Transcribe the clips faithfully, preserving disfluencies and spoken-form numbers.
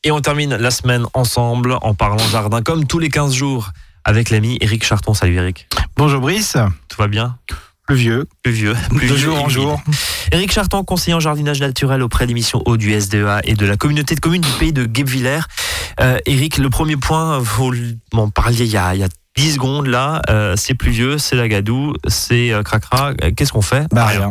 Et on termine la semaine ensemble en parlant jardin comme tous les quinze jours avec l'ami Éric Charton. Salut Éric. Bonjour Brice. Tout va bien? Pluvieux. Pluvieux. De jour en jour. Éric Charton, conseiller en jardinage naturel auprès des missions eau du S D E A et de la communauté de communes du pays de Guebwiller. Euh, Éric, le premier point, vous m'en parliez il y a, il y a dix secondes là, euh, c'est pluvieux, c'est la gadoue, c'est euh, cracra. Qu'est-ce qu'on fait? Bah rien.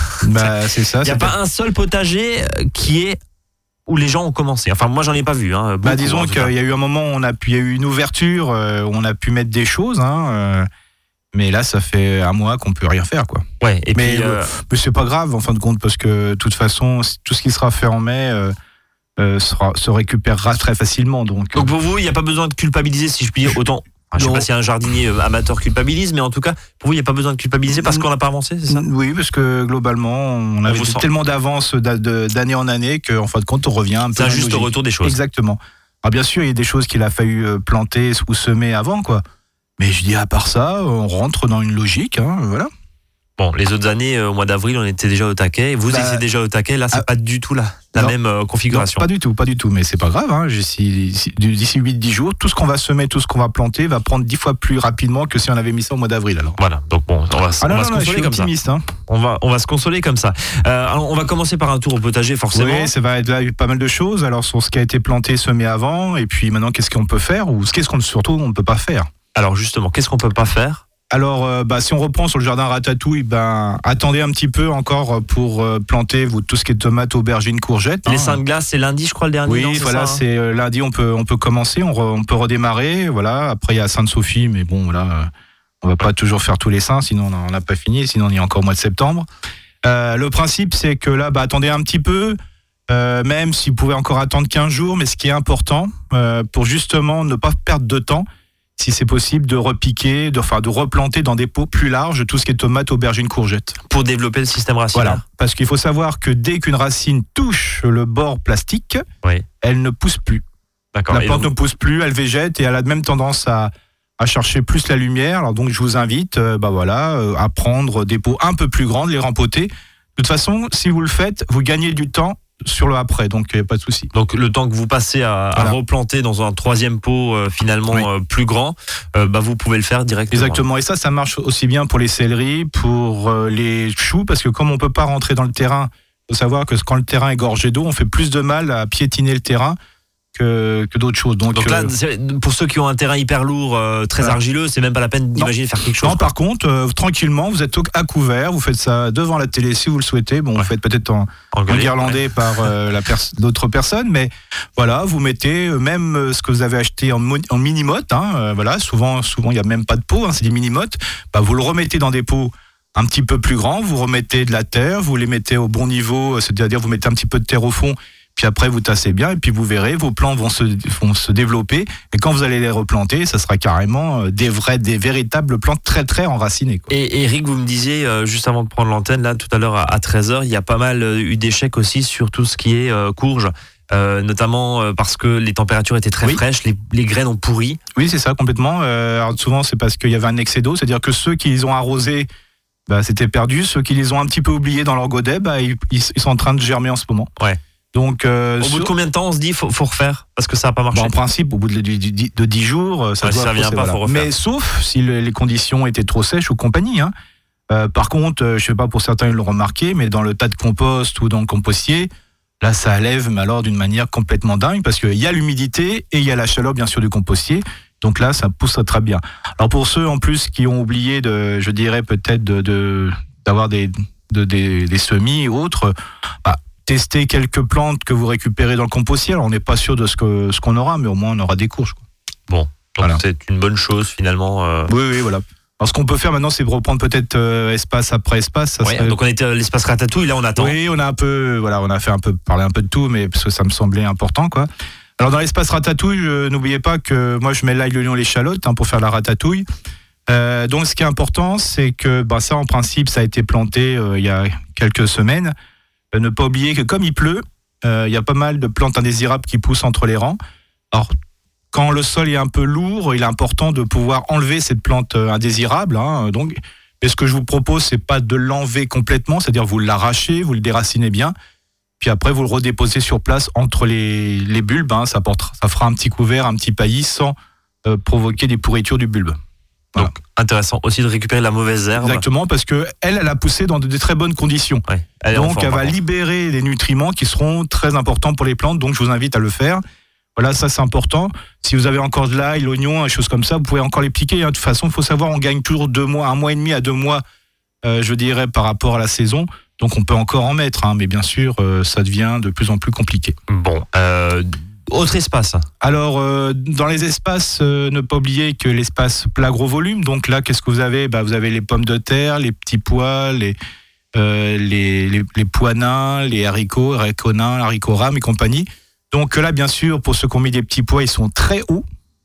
bah c'est ça. Il n'y a pas un seul potager qui est où les gens ont commencé. Enfin, moi, j'en ai pas vu. Hein, beaucoup, bah disons qu'il y a eu un moment où on a pu, il y a eu une ouverture, euh, où on a pu mettre des choses. Hein, euh, mais là, ça fait un mois qu'on peut rien faire, quoi. Ouais. Et mais, puis, euh... mais c'est pas grave en fin de compte parce que de toute façon, tout ce qui sera fait en mai euh, euh, sera, se récupérera très facilement. Donc, donc pour vous, il n'y a pas besoin de culpabiliser, si je puis dire. Autant. Je ne sais pas si un jardinier pour culpabilise, mais en tout cas, pour vous, il n'y a pas besoin de culpabiliser parce qu'on n'a pas avancé, c'est ça? Oui, parce que globalement, on avait on tellement d'avance d'année en année qu'en fin de compte, on revient un peu. C'est un juste retour des choses. Exactement. Alors bien sûr, il y a des choses qu'il a fallu planter ou semer avant, quoi. Mais je dis, à part ça, on rentre dans une logique, hein, voilà. Bon, les autres années, au mois d'avril, on était déjà au taquet. Vous bah, étiez déjà au taquet. Là, c'est ah, pas du tout la, la non, même euh, configuration. Non, pas du tout, pas du tout. Mais c'est pas grave. Hein. D'ici, d'ici huit dix jours, tout ce qu'on va semer, tout ce qu'on va planter va prendre dix fois plus rapidement que si on avait mis ça au mois d'avril. Alors. Voilà. Donc bon, on va, ah, on non, va non, se non, consoler comme optimiste, ça. Hein. On va, on va se consoler comme ça. Euh, alors, on va commencer par un tour au potager, forcément. Oui, ça va être là, pas mal de choses. Alors, sur ce qui a été planté, semé avant, et puis maintenant, qu'est-ce qu'on peut faire ou qu'est-ce qu'on surtout on ne peut pas faire. Alors justement, qu'est-ce qu'on peut pas faire? Alors, euh, bah, si on reprend sur le jardin ratatouille, ben, attendez un petit peu encore pour euh, planter vous, tout ce qui est tomates, aubergines, courgettes. Les hein. seins de glace, c'est lundi, je crois, le dernier. Oui, non, c'est voilà, ça, c'est euh, lundi, on peut, on peut commencer, on, re, on peut redémarrer. Voilà. Après, il y a Sainte-Sophie, mais bon, voilà, euh, on va pas toujours faire tous les seins, sinon on n'a pas fini, sinon on est encore au mois de septembre. Euh, le principe, c'est que là, bah, attendez un petit peu, euh, même si vous pouvez encore attendre quinze jours, mais ce qui est important, euh, pour justement ne pas perdre de temps, si c'est possible, de repiquer, de, enfin, de replanter dans des pots plus larges tout ce qui est tomates, aubergines, courgettes. Pour développer le système racinaire. Voilà, parce qu'il faut savoir que dès qu'une racine touche le bord plastique, oui. elle ne pousse plus. D'accord. La plante donc... ne pousse plus, elle végète et elle a de même tendance à, à chercher plus la lumière. Alors donc je vous invite euh, bah voilà, euh, à prendre des pots un peu plus grands, de les rempoter. De toute façon, si vous le faites, vous gagnez du temps sur le après, donc il n'y a pas de souci. Donc le temps que vous passez à, voilà. à replanter dans un troisième pot euh, finalement oui. euh, plus grand, euh, bah, vous pouvez le faire directement. Exactement, et ça, ça marche aussi bien pour les céleris, pour euh, les choux, parce que comme on ne peut pas rentrer dans le terrain, il faut savoir que quand le terrain est gorgé d'eau, on fait plus de mal à piétiner le terrain que, que d'autres choses. Donc, Donc là, euh, pour ceux qui ont un terrain hyper lourd, euh, très voilà. argileux, c'est même pas la peine d'imaginer faire quelque chose. Non, par contre, euh, tranquillement, vous êtes à couvert, vous faites ça devant la télé si vous le souhaitez. Bon, ouais. vous faites peut-être en, en guirlandais ouais. par euh, la pers- d'autres personnes, mais voilà, vous mettez euh, même euh, ce que vous avez acheté en, mo- en mini-motte. Hein, euh, voilà, souvent, souvent, il n'y a même pas de pot, hein, c'est des mini-mottes. Bah, vous le remettez dans des pots un petit peu plus grands, vous remettez de la terre, vous les mettez au bon niveau, c'est-à-dire vous mettez un petit peu de terre au fond. Puis après, vous tassez bien et puis vous verrez, vos plants vont se, vont se développer. Et quand vous allez les replanter, ça sera carrément des vrais, des véritables plantes très, très enracinées. Quoi. Et Eric, vous me disiez, euh, juste avant de prendre l'antenne, là, tout à l'heure à, à treize heures, il y a pas mal euh, eu d'échecs aussi sur tout ce qui est euh, courge. Euh, notamment euh, parce que les températures étaient très oui. fraîches, les, les graines ont pourri. Oui, c'est ça, complètement. Euh, alors souvent, c'est parce qu'il y avait un excès d'eau. C'est-à-dire que ceux qui les ont arrosés, bah, c'était perdu. Ceux qui les ont un petit peu oubliés dans leur godet, bah, ils, ils sont en train de germer en ce moment. Ouais. Donc, euh, au sur... bout de combien de temps on se dit faut, faut refaire parce que ça n'a pas marché? Bon, en principe, au bout de, de, de, de dix jours, ça ouais, doit si ça vient pas, voilà. faut refaire. Mais sauf si le, les conditions étaient trop sèches ou compagnie. Hein. Euh, par contre, euh, je sais pas pour certains ils l'ont remarqué, mais dans le tas de compost ou dans le compostier, là ça lève, mais alors d'une manière complètement dingue parce qu'il y a l'humidité et il y a la chaleur bien sûr du compostier. Donc là, ça pousse très bien. Alors pour ceux en plus qui ont oublié de, je dirais peut-être de, de d'avoir des, de, des, des semis ou autres. Bah, tester quelques plantes que vous récupérez dans le compostier. Alors, on n'est pas sûr de ce, que, ce qu'on aura, mais au moins on aura des courges. Quoi. Bon, donc voilà. C'est une bonne chose finalement. Euh... Oui, oui, voilà. Alors, ce qu'on peut faire maintenant, c'est reprendre peut-être euh, espace après espace. Ça ouais, serait... Donc, on était à l'espace ratatouille, là on attend. Oui, on a un peu, voilà, on a fait un peu, parler un peu de tout, mais parce que ça me semblait important, quoi. Alors, dans l'espace ratatouille, euh, n'oubliez pas que moi, je mets l'ail, l'oignon, l'échalote hein, pour faire la ratatouille. Euh, donc, ce qui est important, c'est que bah, ça, en principe, ça a été planté euh, il y a quelques semaines. Ne pas oublier que comme il pleut, euh, il y a pas mal de plantes indésirables qui poussent entre les rangs. Alors, quand le sol est un peu lourd, il est important de pouvoir enlever cette plante indésirable. Hein, donc, mais ce que je vous propose, c'est pas de l'enlever complètement, c'est-à-dire vous l'arrachez, vous le déracinez bien, Puis après, vous le redéposez sur place entre les, les bulbes. Hein, ça, portera, ça fera un petit couvert, un petit paillis sans euh, provoquer des pourritures du bulbe. Voilà. Donc, intéressant aussi de récupérer la mauvaise herbe. Exactement, parce qu'elle, elle a poussé dans de, de très bonnes conditions. Ouais, elle donc, forme, elle va libérer des nutriments qui seront très importants pour les plantes. Donc, je vous invite à le faire. Voilà, ça, c'est important. Si vous avez encore de l'ail, l'oignon, des choses comme ça, vous pouvez encore les piquer. Hein. De toute façon, il faut savoir, on gagne toujours deux mois, un mois et demi à deux mois, euh, je dirais, par rapport à la saison. Donc, on peut encore en mettre. Hein, mais bien sûr, euh, ça devient de plus en plus compliqué. Bon, euh... autre espace. Alors, euh, dans les espaces, euh, ne pas oublier que l'espace plat gros volume. Donc là, qu'est-ce que vous avez ? Bah, vous avez les pommes de terre, les petits pois, les, euh, les, les, les pois nains, les haricots, haricots nains, haricots rames et compagnie. Donc là, bien sûr, pour ceux qui ont mis des petits pois, ils sont très hauts.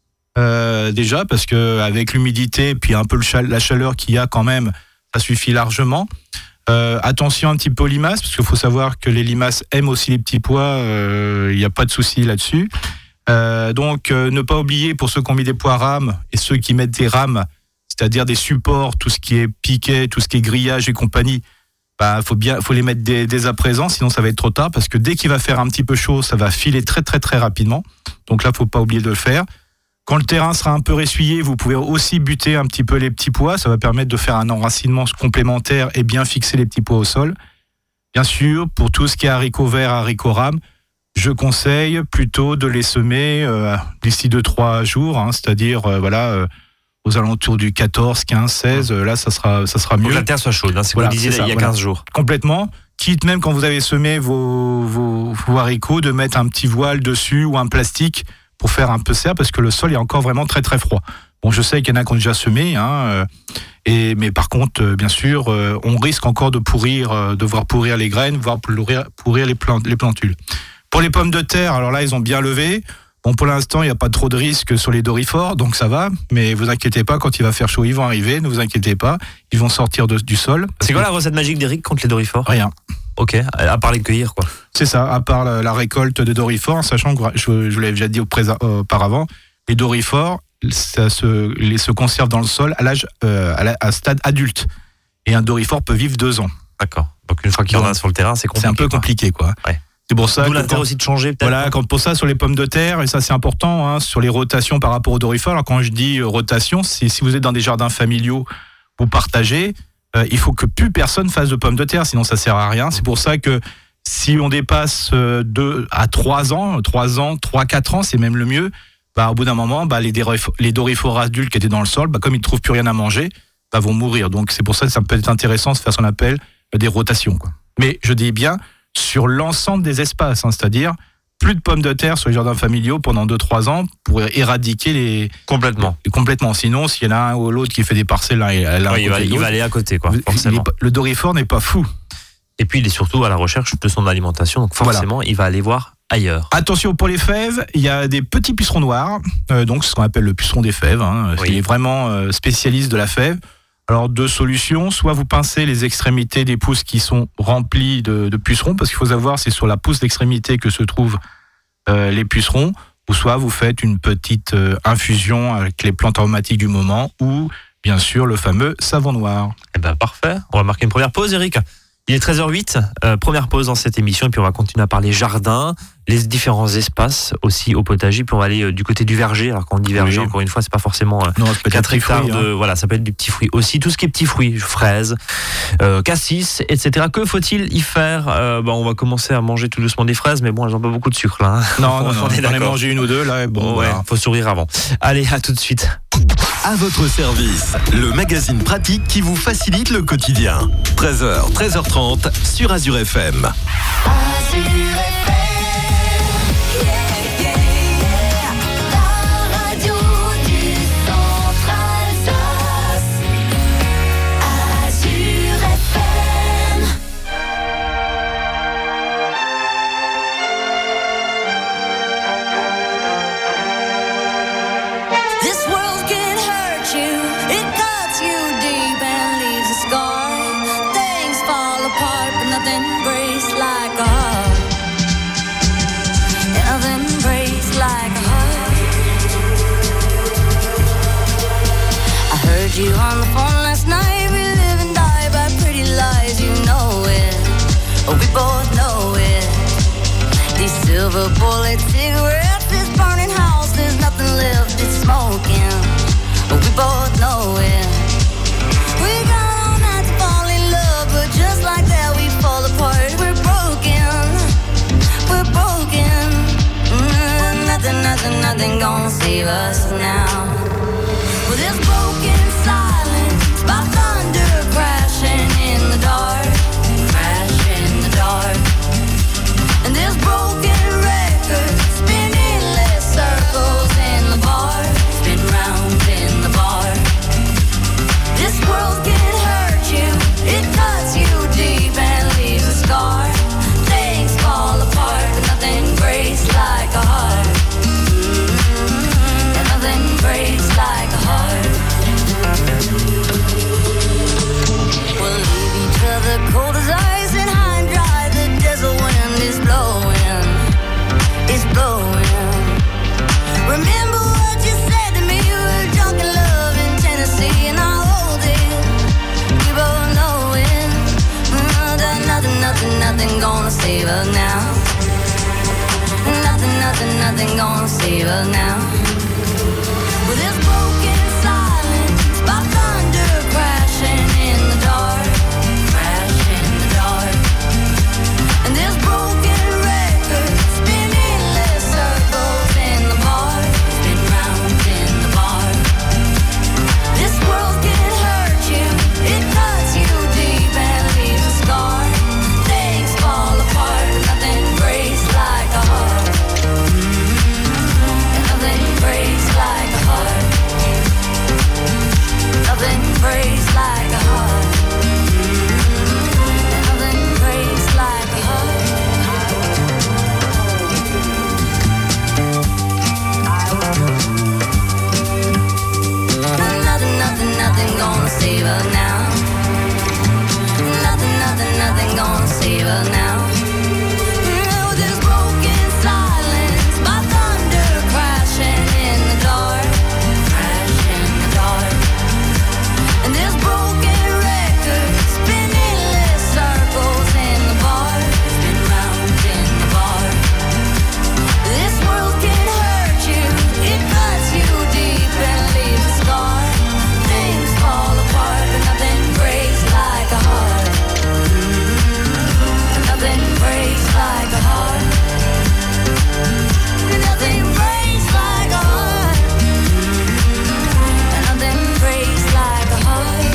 Euh, déjà, parce qu'avec l'humidité, puis un peu le chal- la chaleur qu'il y a quand même, ça suffit largement. Euh, attention un petit peu aux limaces, parce qu'il faut savoir que les limaces aiment aussi les petits pois, il euh, n'y a pas de souci là-dessus. Euh, donc euh, ne pas oublier pour ceux qui ont mis des pois rames et ceux qui mettent des rames, c'est-à-dire des supports, tout ce qui est piquet, tout ce qui est grillage et compagnie, bah, faut bien, faut les mettre dès, dès à présent, sinon ça va être trop tard, parce que dès qu'il va faire un petit peu chaud, ça va filer très très très rapidement. Donc là, faut pas oublier de le faire. Quand le terrain sera un peu ressuyé, vous pouvez aussi buter un petit peu les petits pois. Ça va permettre de faire un enracinement complémentaire et bien fixer les petits pois au sol. Bien sûr, pour tout ce qui est haricots verts, haricots rames, je conseille plutôt de les semer euh, d'ici deux trois jours, hein, c'est-à-dire euh, voilà, euh, aux alentours du quatorze, quinze, seize. Euh, là, ça sera, ça sera mieux. Faut que la terre soit chaude, hein, c'est voilà, ce que vous disiez là, il y a quinze jours. Complètement. Quitte même quand vous avez semé vos, vos, vos haricots, de mettre un petit voile dessus ou un plastique pour faire un peu serre, parce que le sol est encore vraiment très très froid. Bon, je sais qu'il y en a qui ont déjà semé, hein, euh, et, mais par contre, euh, bien sûr, euh, on risque encore de pourrir, euh, de voir pourrir les graines, voire pourrir, pourrir les, plant, les plantules. Pour les pommes de terre, alors là, ils ont bien levé. Bon, pour l'instant, il n'y a pas trop de risques sur les dorifores, donc ça va, mais vous inquiétez pas, quand il va faire chaud, ils vont arriver, ne vous inquiétez pas, ils vont sortir de, du sol. C'est quoi la recette magique d'Eric contre les dorifores ? Rien. Ok, à part les cueillir, quoi. C'est ça, à part la, la récolte de dorifores, sachant que je, je vous l'avais déjà dit auparavant, les dorifores, ça se, les, se conservent dans le sol à l'âge, euh, à, la, à stade adulte. Et un dorifore peut vivre deux ans. D'accord. Donc une fois qu'il y en a sur le terrain, c'est compliqué. C'est un peu compliqué, quoi. Ouais. C'est pour ça. D'où l'intérêt aussi de changer, peut-être. Voilà, quand, pour ça, sur les pommes de terre, et ça c'est important, hein, sur les rotations par rapport aux dorifores. Alors quand je dis euh, rotation, c'est si vous êtes dans des jardins familiaux, vous partagez. Euh, il faut que plus personne fasse de pommes de terre, sinon ça sert à rien. C'est pour ça que si on dépasse euh, deux à trois ans, trois ans, trois, quatre ans, c'est même le mieux. Bah, au bout d'un moment, bah, les, dorifores, les dorifores adultes qui étaient dans le sol, bah, comme ils ne trouvent plus rien à manger, bah, vont mourir. Donc c'est pour ça que ça peut être intéressant de faire ce qu'on appelle euh, des rotations, quoi. Mais je dis bien sur l'ensemble des espaces, hein, c'est-à-dire plus de pommes de terre sur les jardins familiaux pendant deux trois ans pour éradiquer les... Complètement. Les, complètement. Sinon, s'il y en a un ou l'autre qui fait des parcelles, là, là, oui, il, va, il va aller à côté, quoi, forcément. Est, le dorifore n'est pas fou. Et puis, il est surtout à la recherche de son alimentation, donc forcément, voilà. Il va aller voir ailleurs. Attention pour les fèves, il y a des petits pucerons noirs, euh, donc ce qu'on appelle le puceron des fèves. Hein, oui. Il est vraiment euh, spécialiste de la fève. Alors, deux solutions. Soit vous pincez les extrémités des pousses qui sont remplies de, de pucerons, parce qu'il faut savoir, c'est sur la pousse d'extrémité que se trouvent euh, les pucerons, ou soit vous faites une petite euh, infusion avec les plantes aromatiques du moment, ou bien sûr le fameux savon noir. Eh ben parfait. On va marquer une première pause, Eric. Il est treize heures huit, euh, première pause dans cette émission, et puis on va continuer à parler jardin, les différents espaces aussi au potager, puis on va aller euh, du côté du verger. Alors quand on dit verger, oui. Encore une fois, c'est pas forcément euh, non, quatre hectares fruits, de, hein. Voilà, ça peut être du petit fruit aussi, tout ce qui est petits fruits, fraises, euh, cassis, et cetera. Que faut-il y faire euh, bah, on va commencer à manger tout doucement des fraises, mais bon, elles ont pas beaucoup de sucre là. Hein. Non, non, non, on en a mangé une ou deux là. Bon, oh, ouais, voilà. Faut sourire avant. Allez, à tout de suite. À votre service, le magazine pratique qui vous facilite le quotidien. treize heures, treize heures trente sur Azure F M. Azure F M. Nothing breaks like a heart. silver bullet cigarettes, this burning house, there's nothing left, it's smoking. We both know it. We got all night to fall in love, but just like that we fall apart. We're broken, we're broken. Mm, nothing, nothing, nothing gonna save us now. Well, this broken silence by thunder crashing in the dark, crash in the dark. And this broken record spinning less circles in the bar, spin round in the bar. This world can hurt you, it cuts you deep and leaves a scar. Things fall apart, but nothing breaks like a heart. Mm-hmm. And nothing breaks like a heart. We'll leave each other cold as ice and high and dry. The desert wind is blowing, it's blowing. Remember what you said to me, we were drunk in love in Tennessee, and I hold it, we both know it. Mm, that nothing, nothing, nothing gonna save us now. Nothing, nothing, nothing gonna save us now. With this broken silence by thunder crashing in the dark, crash in the dark. And this broken record spinning less circles in the bar, spin round in the bar. This world can hurt you, it cuts you deep and leaves a scar. Things fall apart, but nothing breaks like a heart. And nothing breaks like a heart. Nothing breaks like a heart. And nothing breaks like a heart. Nothing, nothing, nothing gonna save us now. Nothing, nothing, nothing gonna save us now. Oh, this broken silence by thunder crashing in the dark, crash in the dark. And this broken record spinning less circles in the bar, spin round in the bar. This world can hurt you, it cuts you deep and leaves a scar. Things fall apart, but nothing breaks like a heart. Mm-hmm. Nothing breaks like a heart. Nothing breaks like a heart. Mm-hmm. Nothing breaks like a heart.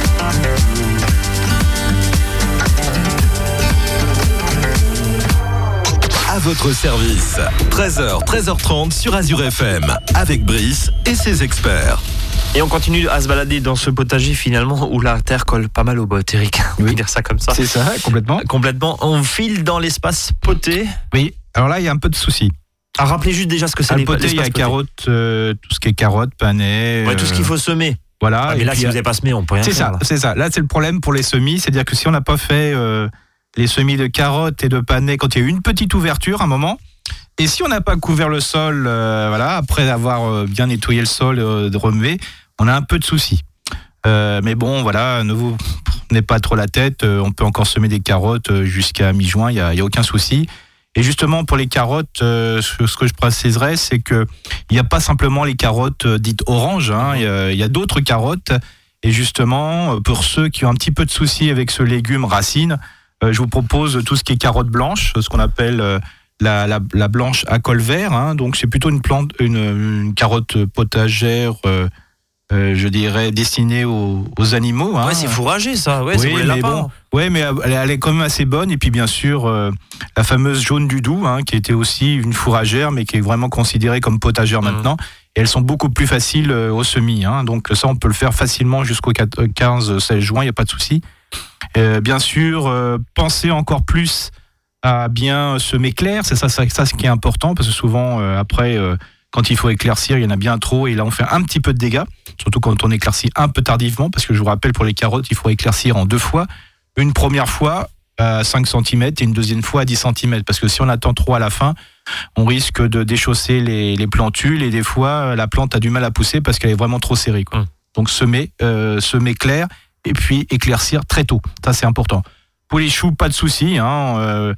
À votre service, treize heures, treize heures trente sur Azure F M, avec Brice et ses experts. Et on continue à se balader dans ce potager finalement où la terre colle pas mal aux bottes, Eric. On peut Oui. dire ça comme ça. C'est ça, complètement. Complètement. On file dans l'espace poté. Oui, alors là, il y a un peu de soucis. Ah, rappelez juste déjà ce que c'est À le les- poté, il y l'espace a poté. carottes, euh, tout ce qui est carottes, panais. Ouais, tout ce qu'il faut semer. Voilà. Ah, mais et là, puis, si euh, vous n'avez pas semé, on peut rien C'est faire. ça, là. c'est ça. Là, c'est le problème pour les semis, c'est-à-dire que si on n'a pas fait euh, les semis de carottes et de panais quand il y a eu une petite ouverture, un moment, et si on n'a pas couvert le sol, euh, voilà, après avoir euh, bien nettoyé le sol, euh, de remuer, on a un peu de soucis. Euh, mais bon, voilà, ne vous prenez pas trop la tête. euh, on peut encore semer des carottes euh, jusqu'à mi-juin, il n'y a, il y a aucun souci. Et justement, pour les carottes, euh, ce ce que je préciserais, c'est que il n'y a pas simplement les carottes euh, dites oranges, hein, il y a, il y a d'autres carottes. Et justement, euh, pour ceux qui ont un petit peu de soucis avec ce légume racine, euh, je vous propose tout ce qui est carotte blanche, ce qu'on appelle euh, la, la, la blanche à col vert. Hein, donc, c'est plutôt une plante, une, une carotte potagère. Euh, Euh, je dirais destinée aux, aux animaux. Hein. Ouais, c'est fourragé ça. Ouais, c'est Oui, pour les mais lapins. bon, ouais, mais elle, elle est quand même assez bonne. Et puis bien sûr, euh, la fameuse jaune du Doubs, hein, qui était aussi une fourragère, mais qui est vraiment considérée comme potagère Mmh. maintenant. Et elles sont beaucoup plus faciles euh, au semis. Hein. Donc ça, on peut le faire facilement jusqu'au quinze seize juin, il n'y a pas de souci. Euh, bien sûr, euh, pensez encore plus à bien semer clair. C'est ça, ça, ça ce qui est important, parce que souvent, euh, après... Euh, quand il faut éclaircir, il y en a bien trop et là on fait un petit peu de dégâts, surtout quand on éclaircit un peu tardivement, parce que je vous rappelle, pour les carottes, il faut éclaircir en deux fois. Une première fois à cinq centimètres et une deuxième fois à dix centimètres, parce que si on attend trop à la fin, on risque de déchausser les, les plantules et des fois la plante a du mal à pousser parce qu'elle est vraiment trop serrée, quoi. Mmh. Donc semer, euh, semer clair et puis éclaircir très tôt, ça c'est important. Pour les choux, pas de souci, hein, euh,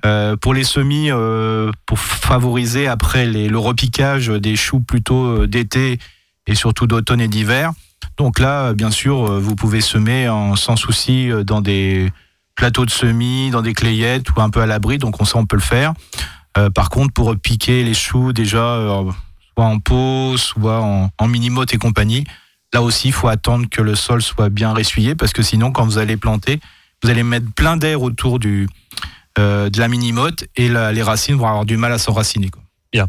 Euh, pour les semis, euh, pour favoriser après les, le repiquage des choux plutôt d'été et surtout d'automne et d'hiver. Donc là, bien sûr, vous pouvez semer en, sans souci dans des plateaux de semis, dans des clayettes ou un peu à l'abri, donc on sait on peut le faire. Euh, par contre, pour piquer les choux déjà, euh, soit en pot, soit en, en mini-motte et compagnie, là aussi, il faut attendre que le sol soit bien ressuyé, parce que sinon, quand vous allez planter, vous allez mettre plein d'air autour du, euh, de la mini-motte et la, les racines vont avoir du mal à s'enraciner, quoi. Bien.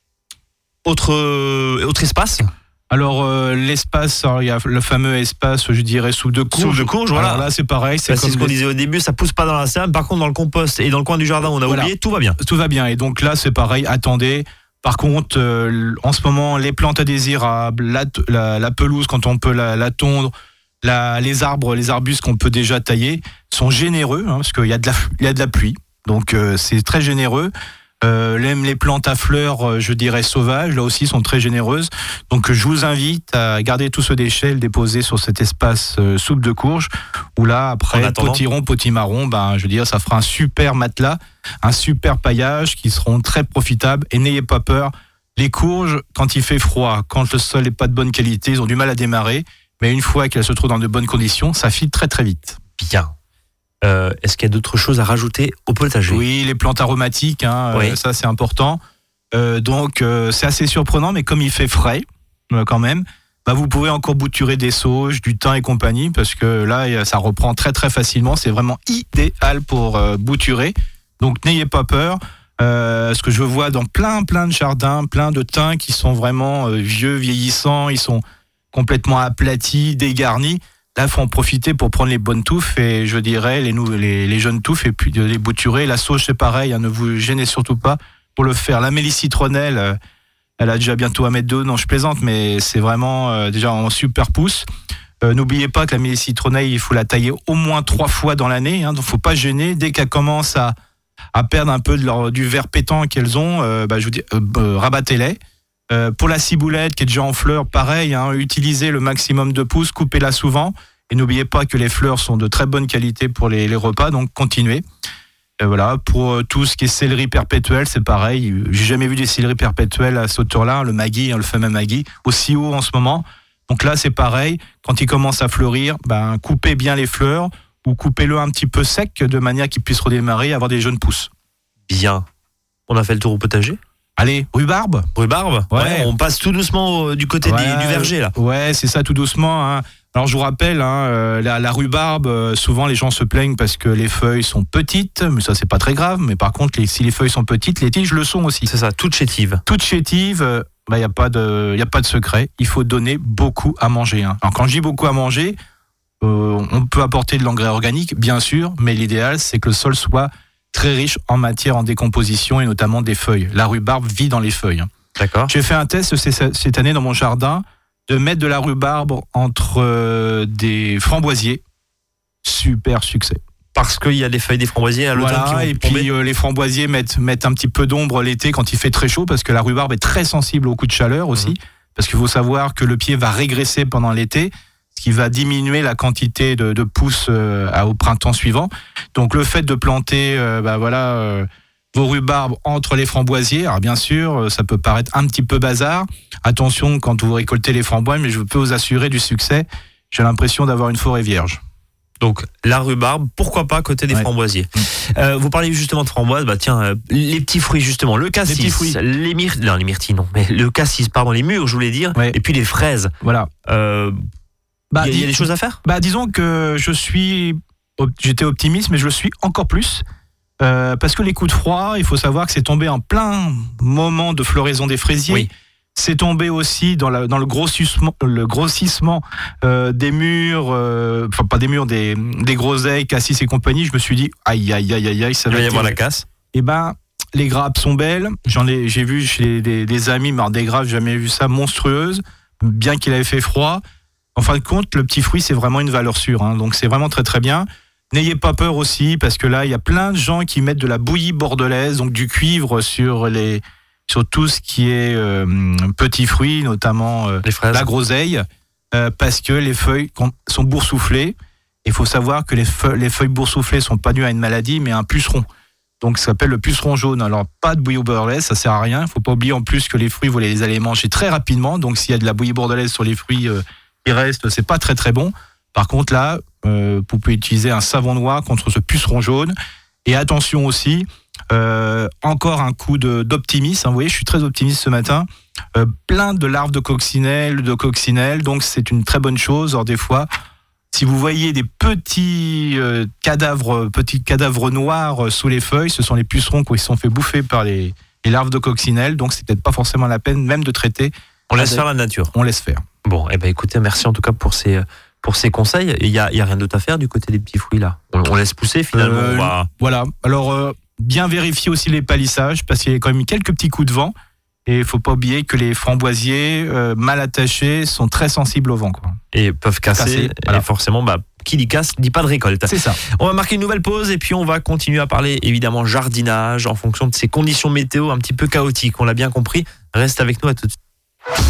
Autre, euh, autre espace ? Alors, euh, l'espace, alors, il y a le fameux espace, je dirais, soupe de courge. Soupe de courge, voilà. Alors là, c'est pareil. C'est, bah, c'est ce qu'on des... disait au début, ça pousse pas dans la serre. Par contre, dans le compost et dans le coin du jardin, on a voilà. oublié, tout va bien. Tout va bien. Et donc là, c'est pareil, attendez. Par contre, euh, en ce moment, les plantes indésirables, la, la, la pelouse, quand on peut la, la tondre, la, les arbres, les arbustes qu'on peut déjà tailler, sont généreux, hein, parce qu'il y a de la, il y a de la pluie. Donc, euh, c'est très généreux. Euh, même les plantes à fleurs, je dirais sauvages, là aussi sont très généreuses. Donc je vous invite à garder tout ce déchet, le déposer sur cet espace euh, soupe de courge, où là après potiron, potimarron, ben je veux dire ça fera un super matelas, un super paillage qui seront très profitables. Et n'ayez pas peur, les courges quand il fait froid, quand le sol n'est pas de bonne qualité, ils ont du mal à démarrer. Mais une fois qu'elles se trouvent dans de bonnes conditions, ça file très très vite. Bien. Euh, est-ce qu'il y a d'autres choses à rajouter au potager ? Oui, les plantes aromatiques, hein, oui. euh, ça c'est important. Euh, donc euh, c'est assez surprenant, mais comme il fait frais euh, quand même, bah, vous pouvez encore bouturer des sauges, du thym et compagnie, parce que là ça reprend très très facilement. C'est vraiment idéal pour euh, bouturer. Donc n'ayez pas peur. Euh, ce que je vois dans plein plein de jardins, plein de thym qui sont vraiment euh, vieux, vieillissants, ils sont complètement aplatis, dégarnis. Là, il faut en profiter pour prendre les bonnes touffes et je dirais les, nou- les, les jeunes touffes et puis de les bouturer. La sauge, c'est pareil, hein, ne vous gênez surtout pas pour le faire. La mélisse citronnelle, euh, elle a déjà bientôt un mètre d'eau. Non, je plaisante, mais c'est vraiment euh, déjà en super pousse. Euh, n'oubliez pas que la mélisse citronnelle, il faut la tailler au moins trois fois dans l'année. Hein, donc, il ne faut pas gêner. Dès qu'elle commence à, à perdre un peu de leur, du vert pétant qu'elles ont, euh, bah, je vous dis, euh, euh, rabattez-les. Euh, pour la ciboulette qui est déjà en fleurs, pareil, hein, utilisez le maximum de pousses, coupez-la souvent et n'oubliez pas que les fleurs sont de très bonne qualité pour les, les repas, donc continuez. Et voilà, pour euh, tout ce qui est céleri perpétuel, c'est pareil, j'ai jamais vu des céleri perpétuels à cette hauteur-là, le magui, hein, le fameux magui, aussi haut en ce moment. Donc là, c'est pareil, quand il commence à fleurir, ben, coupez bien les fleurs ou coupez-le un petit peu sec de manière qu'il puisse redémarrer et avoir des jeunes pousses. Bien. On a fait le tour au potager ? Allez, rhubarbe. Rhubarbe ouais. ouais. On passe tout doucement euh, du côté ouais, des, du verger, là. Ouais, c'est ça, tout doucement. Hein. Alors, je vous rappelle, hein, euh, la, la rhubarbe, euh, souvent, les gens se plaignent parce que les feuilles sont petites, mais ça, c'est pas très grave. Mais par contre, les, si les feuilles sont petites, les tiges le sont aussi. C'est ça, toutes chétives. Toutes chétives, euh, bah, y a pas de, y a pas de secret. Il faut donner beaucoup à manger. Hein. Alors, quand je dis beaucoup à manger, euh, on peut apporter de l'engrais organique, bien sûr, mais l'idéal, c'est que le sol soit très riche en matière en décomposition et notamment des feuilles. La rhubarbe vit dans les feuilles. D'accord. J'ai fait un test cette année dans mon jardin de mettre de la rhubarbe entre euh, des framboisiers. Super succès. Parce qu'il y a des feuilles des framboisiers à l'automne voilà, qui vont et tomber. puis euh, les framboisiers mettent, mettent un petit peu d'ombre l'été quand il fait très chaud, parce que la rhubarbe est très sensible aux coups de chaleur aussi. Mmh. Parce qu'il faut savoir que le pied va régresser pendant l'été, ce qui va diminuer la quantité de, de pousses euh, au printemps suivant. Donc le fait de planter euh, bah, voilà, euh, vos rhubarbes entre les framboisiers, alors bien sûr, ça peut paraître un petit peu bazar. Attention quand vous récoltez les framboises, mais je peux vous assurer du succès. J'ai l'impression d'avoir une forêt vierge. Donc la rhubarbe, pourquoi pas côté des ouais. framboisiers. Euh, vous parlez justement de framboises, bah tiens, euh, les petits fruits justement, le cassis, les, petits fruits. les myrtilles, non les myrtilles non, mais le cassis, pardon, les mûres, je voulais dire, ouais. et puis les fraises. Voilà. Euh, bah, il y, y a des choses à faire. Bah disons que je suis, j'étais optimiste, mais je le suis encore plus. Euh, parce que les coups de froid, il faut savoir que c'est tombé en plein moment de floraison des fraisiers. Oui. C'est tombé aussi dans, la, dans le grossissement, le grossissement euh, des murs, euh, enfin pas des murs, des, des groseilles, cassis et compagnie. Je me suis dit, aïe, aïe, aïe, aïe, aïe, ça va Il va y être avoir la casse. Eh ben, les grappes sont belles. J'en ai, j'ai vu chez des, des amis, mais des grappes, j'ai jamais vu ça, monstrueuses, bien qu'il avait fait froid. En fin de compte, le petit fruit, c'est vraiment une valeur sûre. Hein, donc c'est vraiment très très bien. N'ayez pas peur aussi, parce que là, il y a plein de gens qui mettent de la bouillie bordelaise, donc du cuivre sur les... sur tout ce qui est euh, petits fruits, notamment euh, la groseille, euh, parce que les feuilles sont boursouflées. Il faut savoir que les feuilles, les feuilles boursouflées ne sont pas dues à une maladie, mais à un puceron. Donc ça s'appelle le puceron jaune. Alors pas de bouillie bordelaise, ça sert à rien. Il faut pas oublier en plus que les fruits, vous les allez manger très rapidement. Donc s'il y a de la bouillie bordelaise sur les fruits euh, qui restent, c'est pas très très bon. Par contre là, euh, vous pouvez utiliser un savon noir contre ce puceron jaune. Et attention aussi, euh, encore un coup de, d'optimisme. Hein, vous voyez, je suis très optimiste ce matin. Euh, plein de larves de coccinelle, de coccinelle. Donc c'est une très bonne chose. Alors des fois, si vous voyez des petits euh, cadavres, petits cadavres noirs euh, sous les feuilles, ce sont les pucerons qui se sont fait bouffer par les, les larves de coccinelle. Donc c'est peut-être pas forcément la peine même de traiter. On laisse faire la nature. On laisse faire. Bon, eh ben écoutez, merci en tout cas pour ces pour ces conseils. Il y a il y a rien d'autre à faire du côté des petits fruits là. On, on laisse pousser finalement. Euh, on va... Voilà. Alors euh, bien vérifier aussi les palissages parce qu'il y a quand même quelques petits coups de vent. Et il faut pas oublier que les framboisiers euh, mal attachés sont très sensibles au vent, quoi. Et peuvent casser. casser voilà. Et forcément, bah, qui dit casse, dit pas de récolte. C'est ça. On va marquer une nouvelle pause et puis on va continuer à parler évidemment jardinage en fonction de ces conditions météo un petit peu chaotiques. On l'a bien compris. Reste avec nous, à tout de suite.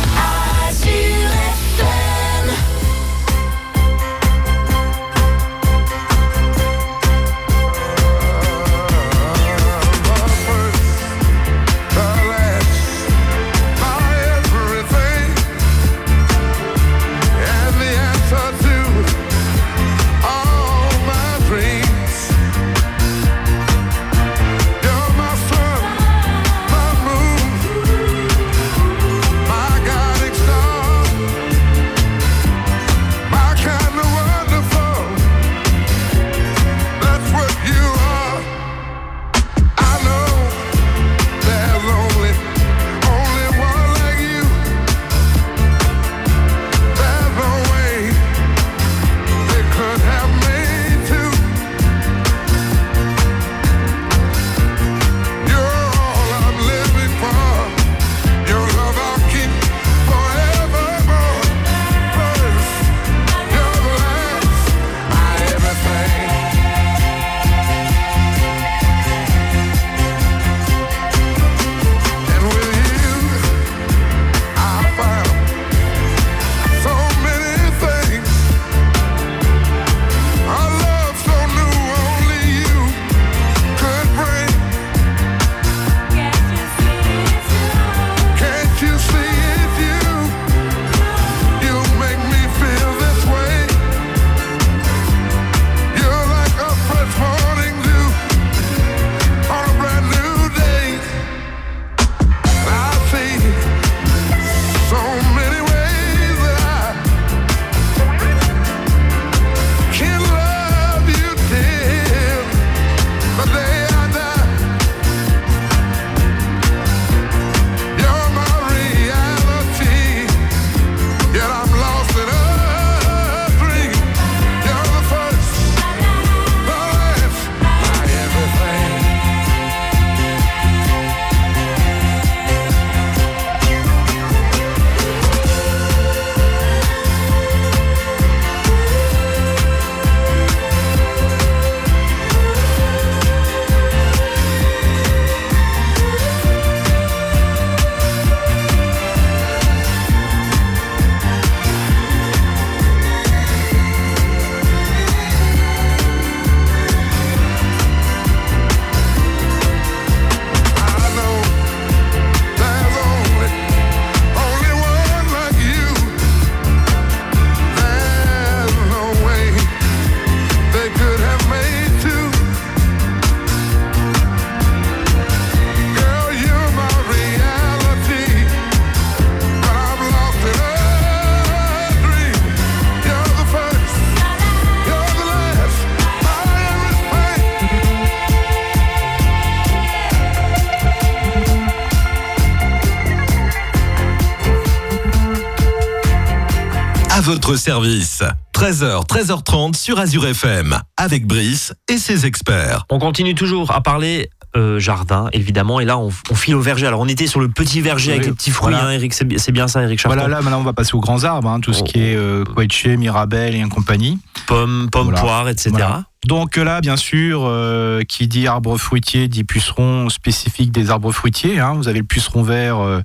À votre service. treize heures, treize heures trente sur Azure F M, avec Brice et ses experts. On continue toujours à parler euh, jardin, évidemment, et là on, on file au verger. Alors on était sur le petit verger oui, avec les petits fruits, voilà. hein, Eric, c'est, c'est bien ça, Eric Charton. Voilà, là maintenant on va passer aux grands arbres, hein, tout ce oh. qui est euh, Quetché, Mirabelle et compagnie. Pommes, pommes, voilà. poires, et cetera. Voilà. Donc là, bien sûr, euh, qui dit arbre fruitier dit puceron spécifique des arbres fruitiers. Hein. Vous avez le puceron vert euh,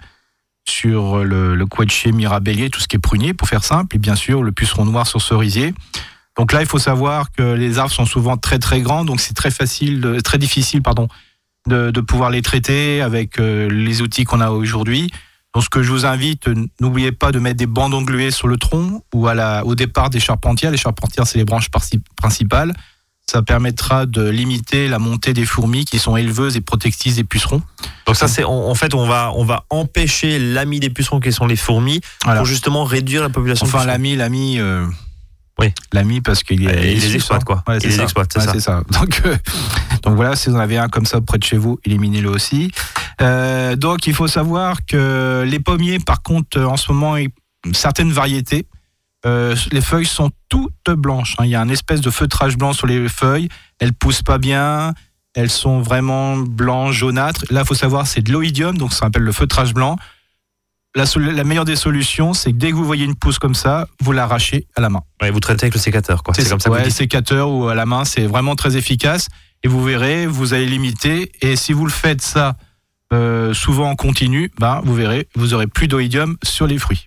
sur le, le Quetché, Mirabellier, tout ce qui est prunier, pour faire simple, et bien sûr le puceron noir sur cerisier. Donc là, il faut savoir que les arbres sont souvent très très grands, donc c'est très facile, très difficile, pardon, de, de pouvoir les traiter avec euh, les outils qu'on a aujourd'hui. Donc ce que je vous invite, n'oubliez pas de mettre des bandes engluées sur le tronc ou à la, au départ des charpentières. Les charpentières, c'est les branches principales. Ça permettra de limiter la montée des fourmis qui sont éleveuses et protectrices des pucerons. Donc ça, c'est en fait, on va on va empêcher l'ami des pucerons qui sont les fourmis voilà. pour justement réduire la population. Enfin, de pucerons. l'ami, l'ami. Euh... Oui. L'ami parce qu'il est, il les exploite quoi. Ouais, il les ça. exploite, c'est, ouais, ça. c'est ça. Donc, euh, donc voilà, si vous en avez un comme ça près de chez vous, éliminez-le aussi. Euh, donc il faut savoir que les pommiers, par contre, en ce moment, certaines variétés, euh, les feuilles sont toutes blanches. Hein. Il y a une espèce de feutrage blanc sur les feuilles. Elles poussent pas bien. Elles sont vraiment blanches, jaunâtres. Là, il faut savoir, c'est de l'oïdium, donc ça s'appelle le feutrage blanc. La, la meilleure des solutions, c'est que dès que vous voyez une pousse comme ça, vous l'arrachez à la main. Ouais, vous traitez avec le sécateur, quoi. C'est, c'est comme ça. Ouais, que vous dites. sécateur ou à la main, c'est vraiment très efficace. Et vous verrez, vous allez limiter. Et si vous le faites ça euh, souvent en continu, ben vous verrez, vous aurez plus d'oïdium sur les fruits.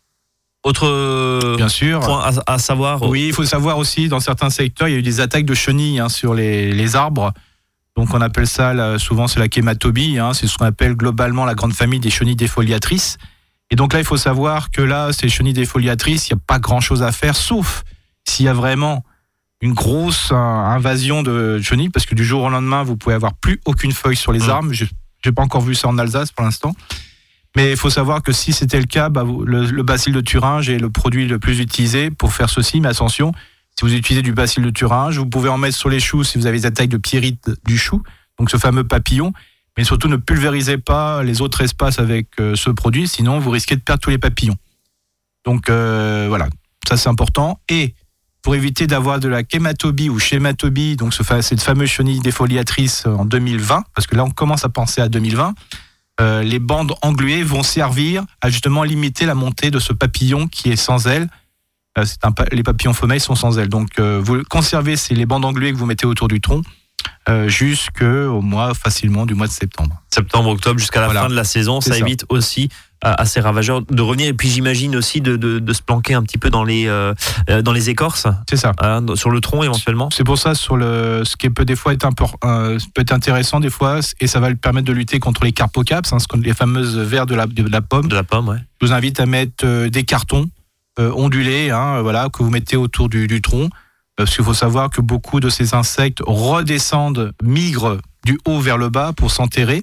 Autre Bien sûr. point à, à savoir. Oui, il faut savoir aussi, dans certains secteurs, il y a eu des attaques de chenilles hein, sur les, les arbres. Donc on appelle ça, là, souvent c'est la kématobie. Hein, c'est ce qu'on appelle globalement la grande famille des chenilles défoliatrices. Et donc là, il faut savoir que là, ces chenilles défoliatrices, il n'y a pas grand-chose à faire, sauf s'il y a vraiment une grosse euh, invasion de chenilles, parce que du jour au lendemain, vous pouvez avoir plus aucune feuille sur les mmh. arbres. Je n'ai pas encore vu ça en Alsace pour l'instant. Mais il faut savoir que si c'était le cas, bah, vous, le, le bacille de Thuringe est le produit le plus utilisé pour faire ceci. Mais attention, si vous utilisez du bacille de Thuringe, vous pouvez en mettre sur les choux si vous avez des attaques de pyrite du chou, donc ce fameux papillon. Mais surtout, ne pulvérisez pas les autres espaces avec euh, ce produit, sinon vous risquez de perdre tous les papillons. Donc euh, voilà, ça c'est important. Et pour éviter d'avoir de la kématobie ou schématobie, donc ce, cette fameuse chenille défoliatrice en deux mille vingt, parce que là on commence à penser à deux mille vingt, euh, les bandes engluées vont servir à justement limiter la montée de ce papillon qui est sans ailes. Euh, c'est un, les papillons femelles sont sans ailes. Donc euh, vous conservez c'est les bandes engluées que vous mettez autour du tronc. Euh, jusqu'au mois facilement du mois de septembre. Septembre, octobre, jusqu'à la voilà. fin de la saison, ça, ça évite aussi à, à ces ravageurs de revenir. Et puis j'imagine aussi de, de, de se planquer un petit peu dans les, euh, dans les écorces. C'est ça. Hein, sur le tronc éventuellement. C'est pour ça, sur le, ce qui peut des fois être, impor, euh, peut être intéressant des fois, et ça va lui permettre de lutter contre les carpocaps, hein, les fameuses vers de la, de la pomme. De la pomme, ouais. Je vous invite à mettre euh, des cartons euh, ondulés, hein, voilà, que vous mettez autour du, du tronc. Parce qu'il faut savoir que beaucoup de ces insectes redescendent, migrent du haut vers le bas pour s'enterrer.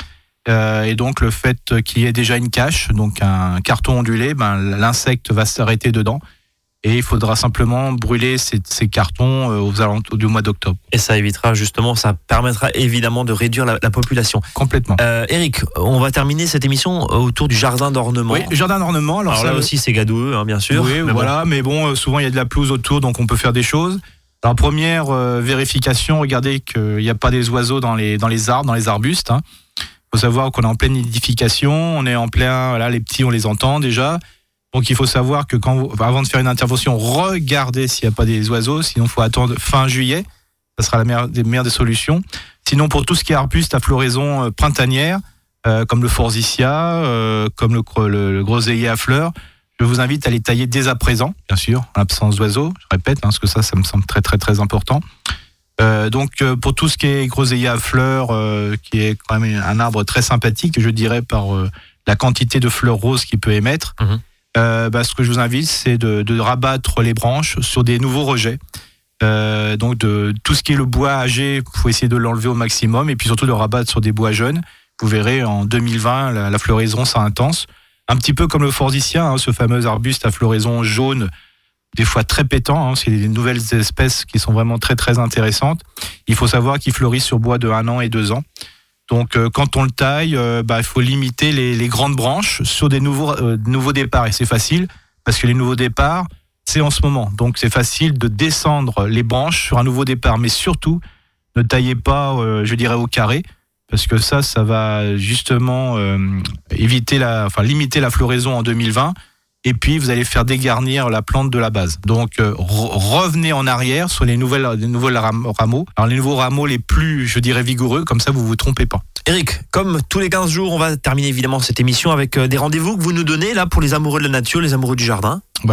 Euh, et donc le fait qu'il y ait déjà une cache, donc un carton ondulé, ben, l'insecte va s'arrêter dedans. Et il faudra simplement brûler ces, ces cartons aux alentours du mois d'octobre. Et ça évitera justement, ça permettra évidemment de réduire la, la population. Complètement. Euh, Eric, on va terminer cette émission autour du jardin d'ornement. Oui, jardin d'ornement. Alors, alors ça, là aussi c'est gadoueux, hein, bien sûr. Oui, mais voilà, bon. mais bon, souvent il y a de la pelouse autour, donc on peut faire des choses. Alors première euh, vérification, regardez qu'il n'y a pas des oiseaux dans les, dans les arbres, dans les arbustes. Il hein. faut savoir qu'on est en pleine nidification, on est en plein, voilà, les petits on les entend déjà. Donc il faut savoir que quand vous, avant de faire une intervention, regardez s'il n'y a pas des oiseaux, sinon il faut attendre fin juillet, ça sera la meilleure des, meilleure des solutions. Sinon pour tout ce qui est arbuste à floraison euh, printanière, euh, comme le forsythia, euh, comme le, le, le groseillier à fleurs, je vous invite à les tailler dès à présent, bien sûr, en l'absence d'oiseaux, je répète, hein, parce que ça, ça me semble très très très important. Euh, donc euh, pour tout ce qui est groseillier à fleurs, euh, qui est quand même un arbre très sympathique, je dirais par euh, la quantité de fleurs roses qu'il peut émettre, mmh. Euh, bah, ce que je vous invite, c'est de, de rabattre les branches sur des nouveaux rejets. Euh, donc, de tout ce qui est le bois âgé, il faut essayer de l'enlever au maximum et puis surtout de rabattre sur des bois jeunes. Vous verrez, en deux mille vingt, la, la floraison sera intense. Un petit peu comme le forsythia, hein, ce fameux arbuste à floraison jaune, des fois très pétant. Hein, c'est des nouvelles espèces qui sont vraiment très, très intéressantes. Il faut savoir qu'ils fleurissent sur bois de un an et deux ans. Donc, euh, quand on le taille, euh, bah, il faut limiter les, les grandes branches sur des nouveaux, euh, nouveaux départs. Et c'est facile, parce que les nouveaux départs, c'est en ce moment. Donc, c'est facile de descendre les branches sur un nouveau départ. Mais surtout, ne taillez pas, euh, je dirais, au carré, parce que ça, ça va justement euh, éviter la, enfin, limiter la floraison en deux mille vingt. Et puis, vous allez faire dégarnir la plante de la base. Donc, euh, re- revenez en arrière sur les, nouvelles, les nouveaux ram- rameaux. Alors, les nouveaux rameaux les plus, je dirais, vigoureux. Comme ça, vous ne vous trompez pas. Eric, comme tous les quinze jours, on va terminer évidemment cette émission avec des rendez-vous que vous nous donnez là pour les amoureux de la nature, les amoureux du jardin. Voilà.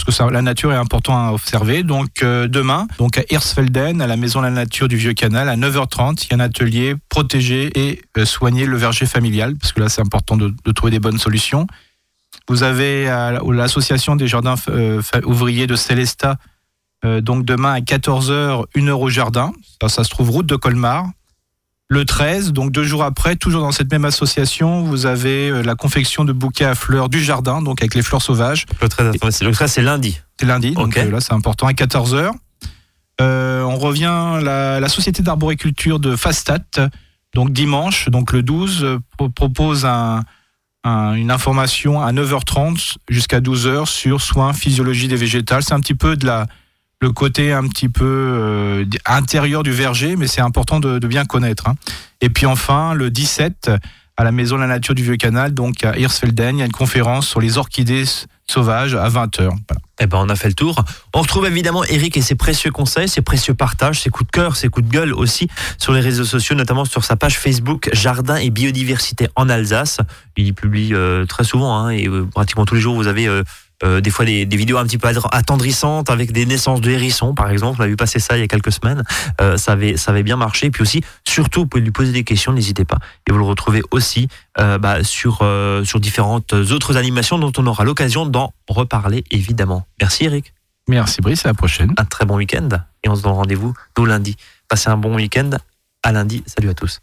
parce que ça, la nature est importante à observer. Donc euh, demain, donc à Hersfelden, à la Maison de la Nature du Vieux Canal, à neuf heures trente, il y a un atelier protéger et euh, soigner le verger familial, parce que là c'est important de, de trouver des bonnes solutions. Vous avez à, l'association des jardins euh, ouvriers de Célestat, euh, donc demain à quatorze heures, une heure au jardin, ça, ça se trouve route de Colmar. Le treize, donc deux jours après, toujours dans cette même association, vous avez la confection de bouquets à fleurs du jardin, donc avec les fleurs sauvages. Le treize, attendez, le treize c'est lundi. C'est lundi, okay. donc euh, là c'est important, à quatorze heures. Euh, on revient, la, la société d'arboriculture de Fastat, donc dimanche, donc le douze, euh, propose un, un, une information à neuf heures trente jusqu'à douze heures sur soins, physiologie des végétales. C'est un petit peu de la... le côté un petit peu euh, intérieur du verger, mais c'est important de, de bien connaître. Hein. Et puis enfin, le dix-sept, à la Maison de la Nature du Vieux Canal, donc à Hersfelden, il y a une conférence sur les orchidées sauvages à vingt heures. Voilà. Eh ben, on a fait le tour. On retrouve évidemment Eric et ses précieux conseils, ses précieux partages, ses coups de cœur, ses coups de gueule aussi sur les réseaux sociaux, notamment sur sa page Facebook Jardin et Biodiversité en Alsace. Il y publie euh, très souvent hein, et euh, pratiquement tous les jours, vous avez... Euh, Euh, des fois des, des vidéos un petit peu attendrissantes avec des naissances de hérissons par exemple, on a vu passer ça il y a quelques semaines, euh, ça, avait, ça avait bien marché. Et puis aussi, surtout vous pouvez lui poser des questions, n'hésitez pas, et vous le retrouvez aussi euh, bah, sur, euh, sur différentes autres animations dont on aura l'occasion d'en reparler évidemment. Merci Eric. Merci Brice, à la prochaine. Un très bon week-end et on se donne rendez-vous nous lundi. Passez un bon week-end, à lundi, salut à tous.